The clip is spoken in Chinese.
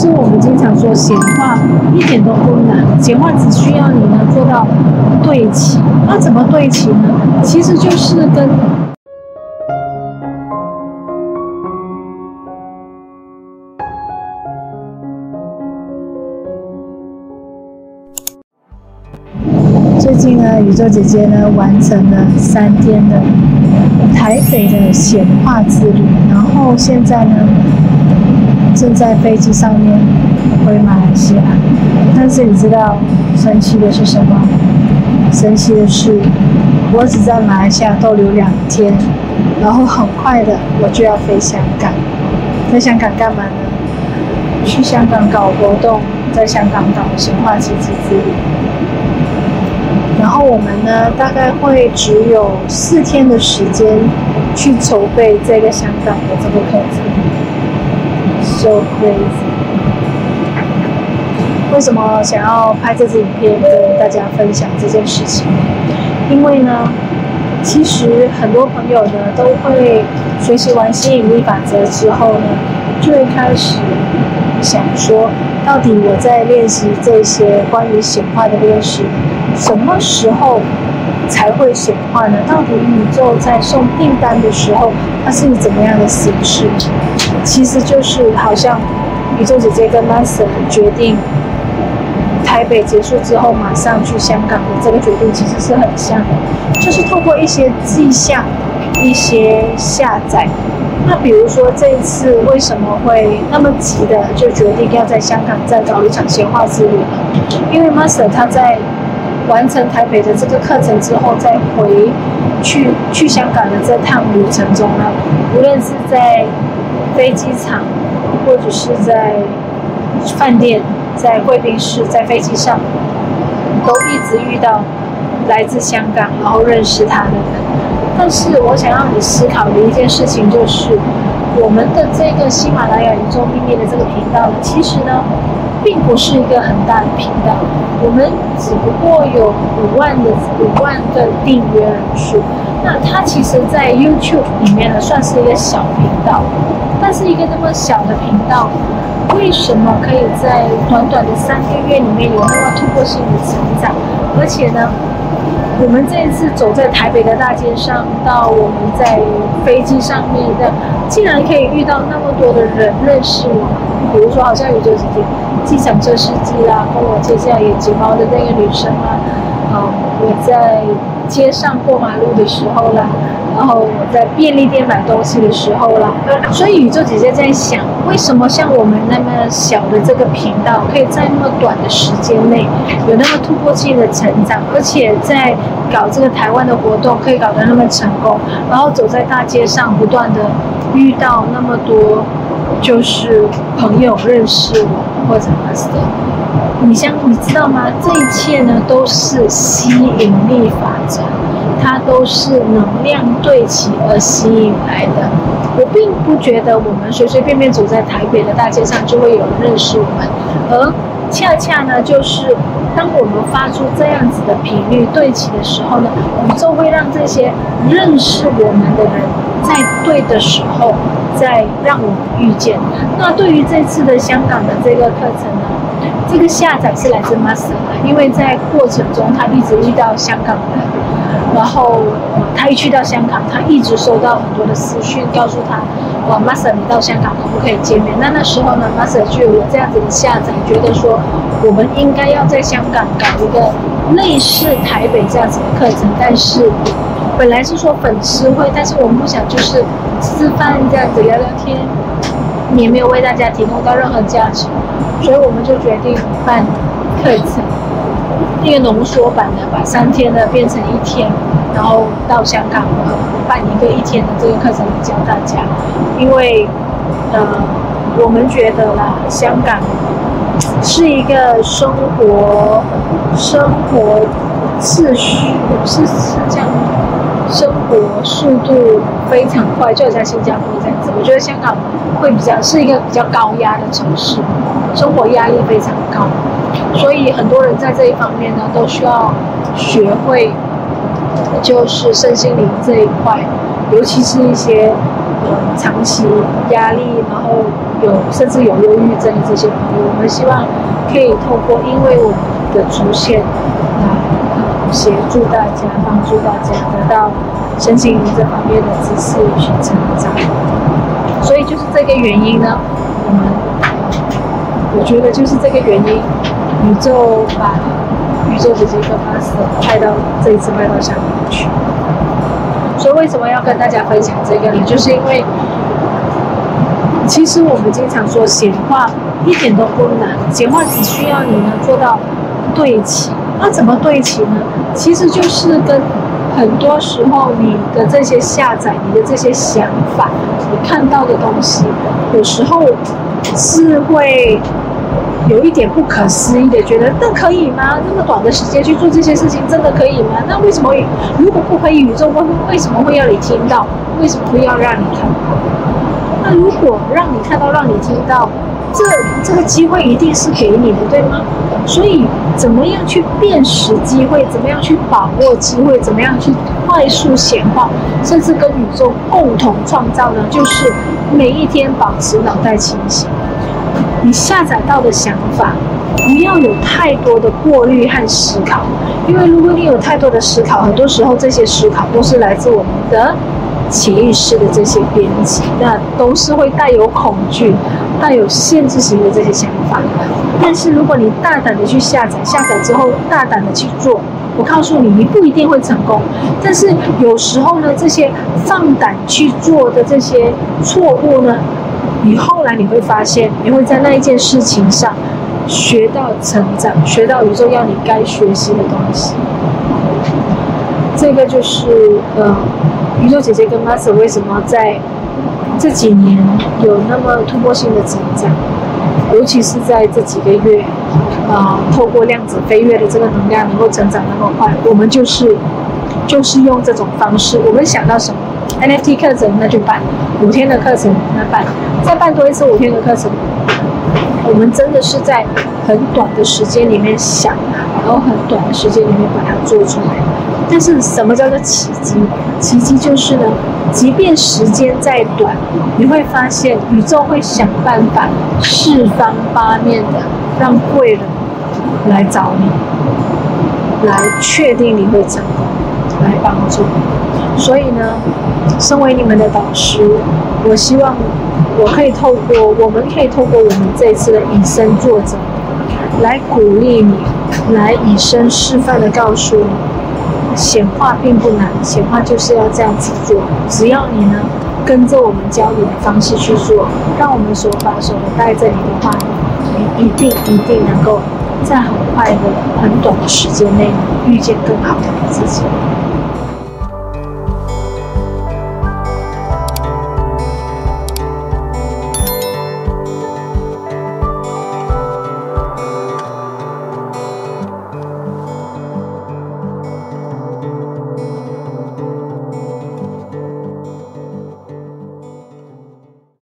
实我们经常说显化一点都不难，显化只需要你呢做到对齐。那怎么对齐呢？其实就是跟最近呢，宇宙姐姐呢完成了3天的台北的显化之旅，然后现在呢正在飞机上面回马来西亚。但是你知道神奇的是什么？神奇的是，我只在马来西亚逗留2天，然后很快的我就要飞香港。在香港干嘛呢？去香港搞活动，在香港搞显化奇迹之旅。然后我们呢，大概会只有4天的时间去筹备这个香港的这个课程。So crazy！ 为什么想要拍这支影片跟大家分享这件事情？因为呢，其实很多朋友呢都会学习完吸引力法则之后呢，就会开始想说，到底我在练习这些关于显化的练习，什么时候才会显化呢？到底宇宙在送订单的时候，它是以怎么样的形式？其实就是好像宇宙姐姐跟 Master 决定台北结束之后马上去香港的这个决定，其实是很像的，就是透过一些迹象、一些下载。那比如说这一次为什么会那么急的就决定要在香港再搞一场显化之旅呢？因为 Master 他在完成台北的这个课程之后，再回去香港的这趟旅程中呢，无论是在飞机场，或者是在饭店、在贵宾室、在飞机上，都一直遇到来自香港然后认识他的人。但是我想让你思考的一件事情就是，我们的这个喜马拉雅宇宙秘密的这个频道呢，其实呢并不是一个很大的频道，我们只不过有5万个订阅人数。那它其实在 YouTube 里面呢算是一个小频道，但是一个那么小的频道，为什么可以在短短的3个月里面有那么突破性的成长？而且呢，我们这一次走在台北的大街上，到我们在飞机上面的，竟然可以遇到那么多的人认识我。比如说，好像宇宙姐姐计程车司机啦，跟我介绍眼睫毛的那个女生啦，我在街上过马路的时候啦，然后我在便利店买东西的时候啦，所以宇宙姐姐在想，为什么像我们那么小的这个频道，可以在那么短的时间内有那么突破性的成长，而且在搞这个台湾的活动可以搞得那么成功，然后走在大街上不断的遇到那么多就是朋友认识我或者 Master。你知道吗？这一切呢都是吸引力法则，它都是能量对齐而吸引来的。我并不觉得我们随随便便走在台北的大街上就会有人认识我们，而恰恰呢，就是当我们发出这样子的频率对齐的时候呢，宇宙会让这些认识我们的人在对的时候再让我们遇见。那对于这次的香港的这个课程呢，这个下载是来自 Master 的，因为在过程中他一直遇到香港人，然后他一去到香港，他一直收到很多的私讯，告诉他，Master 你到香港可不可以见面？那时候呢 ，Master 就有这样子的下载，觉得说我们应该要在香港搞一个类似台北这样子的课程，但是本来是说粉丝会，但是我们不想就是吃饭这样子聊聊天，也没有为大家提供到任何价值，所以我们就决定办课程，一个浓缩版的，把3天的变成1天，然后到香港办一个1天的这个课程教大家。因为我们觉得啦，香港是一个生活秩序是这样，生活速度非常快，就像新加坡这样子。我觉得香港是一个比较高压的城市，生活压力非常高，所以很多人在这一方面呢，都需要学会，就是身心灵这一块，尤其是一些长期压力，然后甚至有忧郁症的这些朋友，我们希望可以透过因为我们的出现，协助大家、帮助大家得到身心灵这方面的知识与成长。所以就是这个原因呢，我觉得就是这个原因，宇宙把宇宙姐姐跟 Master 这一次派到香港去。所以为什么要跟大家分享这个呢？就是因为其实我们经常说显化一点都不难，显化只需要你呢做到对齐。那怎么对齐呢？其实就是跟很多时候你的这些下载，你的这些想法，你看到的东西，有时候是会有一点不可思议的，觉得那可以吗？那么短的时间去做这些事情，真的可以吗？那为什么如果不可以，宇宙为什么会要你听到？为什么会要让你看到？那如果让你看到，让你听到，这个机会一定是给你的，对吗？所以怎么样去辨识机会，怎么样去把握机会，怎么样去快速显化，甚至跟宇宙共同创造呢？就是每一天保持脑袋清醒，你下载到的想法不要有太多的过滤和思考，因为如果你有太多的思考，很多时候这些思考都是来自我们的潜意识的这些编辑，那都是会带有恐惧、带有限制型的这些想法。但是如果你大胆的去下载之后大胆的去做，我告诉你，你不一定会成功。但是有时候呢，这些放胆去做的这些错误呢，你后来你会发现，你会在那一件事情上学到成长，学到宇宙要你该学习的东西。这个就是宇宙姐姐跟 Master 为什么在这几年有那么突破性的成长，尤其是在这几个月，透过量子飞跃的这个能量能够成长那么快，我们就是用这种方式，我们想到什么 NFT 课程那就办，5天的课程那办，再办多一次5天的课程。我们真的是在很短的时间里面想，然后很短的时间里面把它做出来。但是什么叫做奇迹？奇迹就是呢，即便时间再短，你会发现宇宙会想办法四方八面的让贵人来找你，来确定你会成功，来帮助你。所以呢，身为你们的导师，我希望我们可以透过我们这一次的以身作则，来鼓励你，来以身示范的告诉你，显化并不难，显化就是要这样子做。只要你呢跟着我们教你的方式去做，让我们手把手的带着你的话，你一定能够在很快的、很短的时间内遇见更好的自己。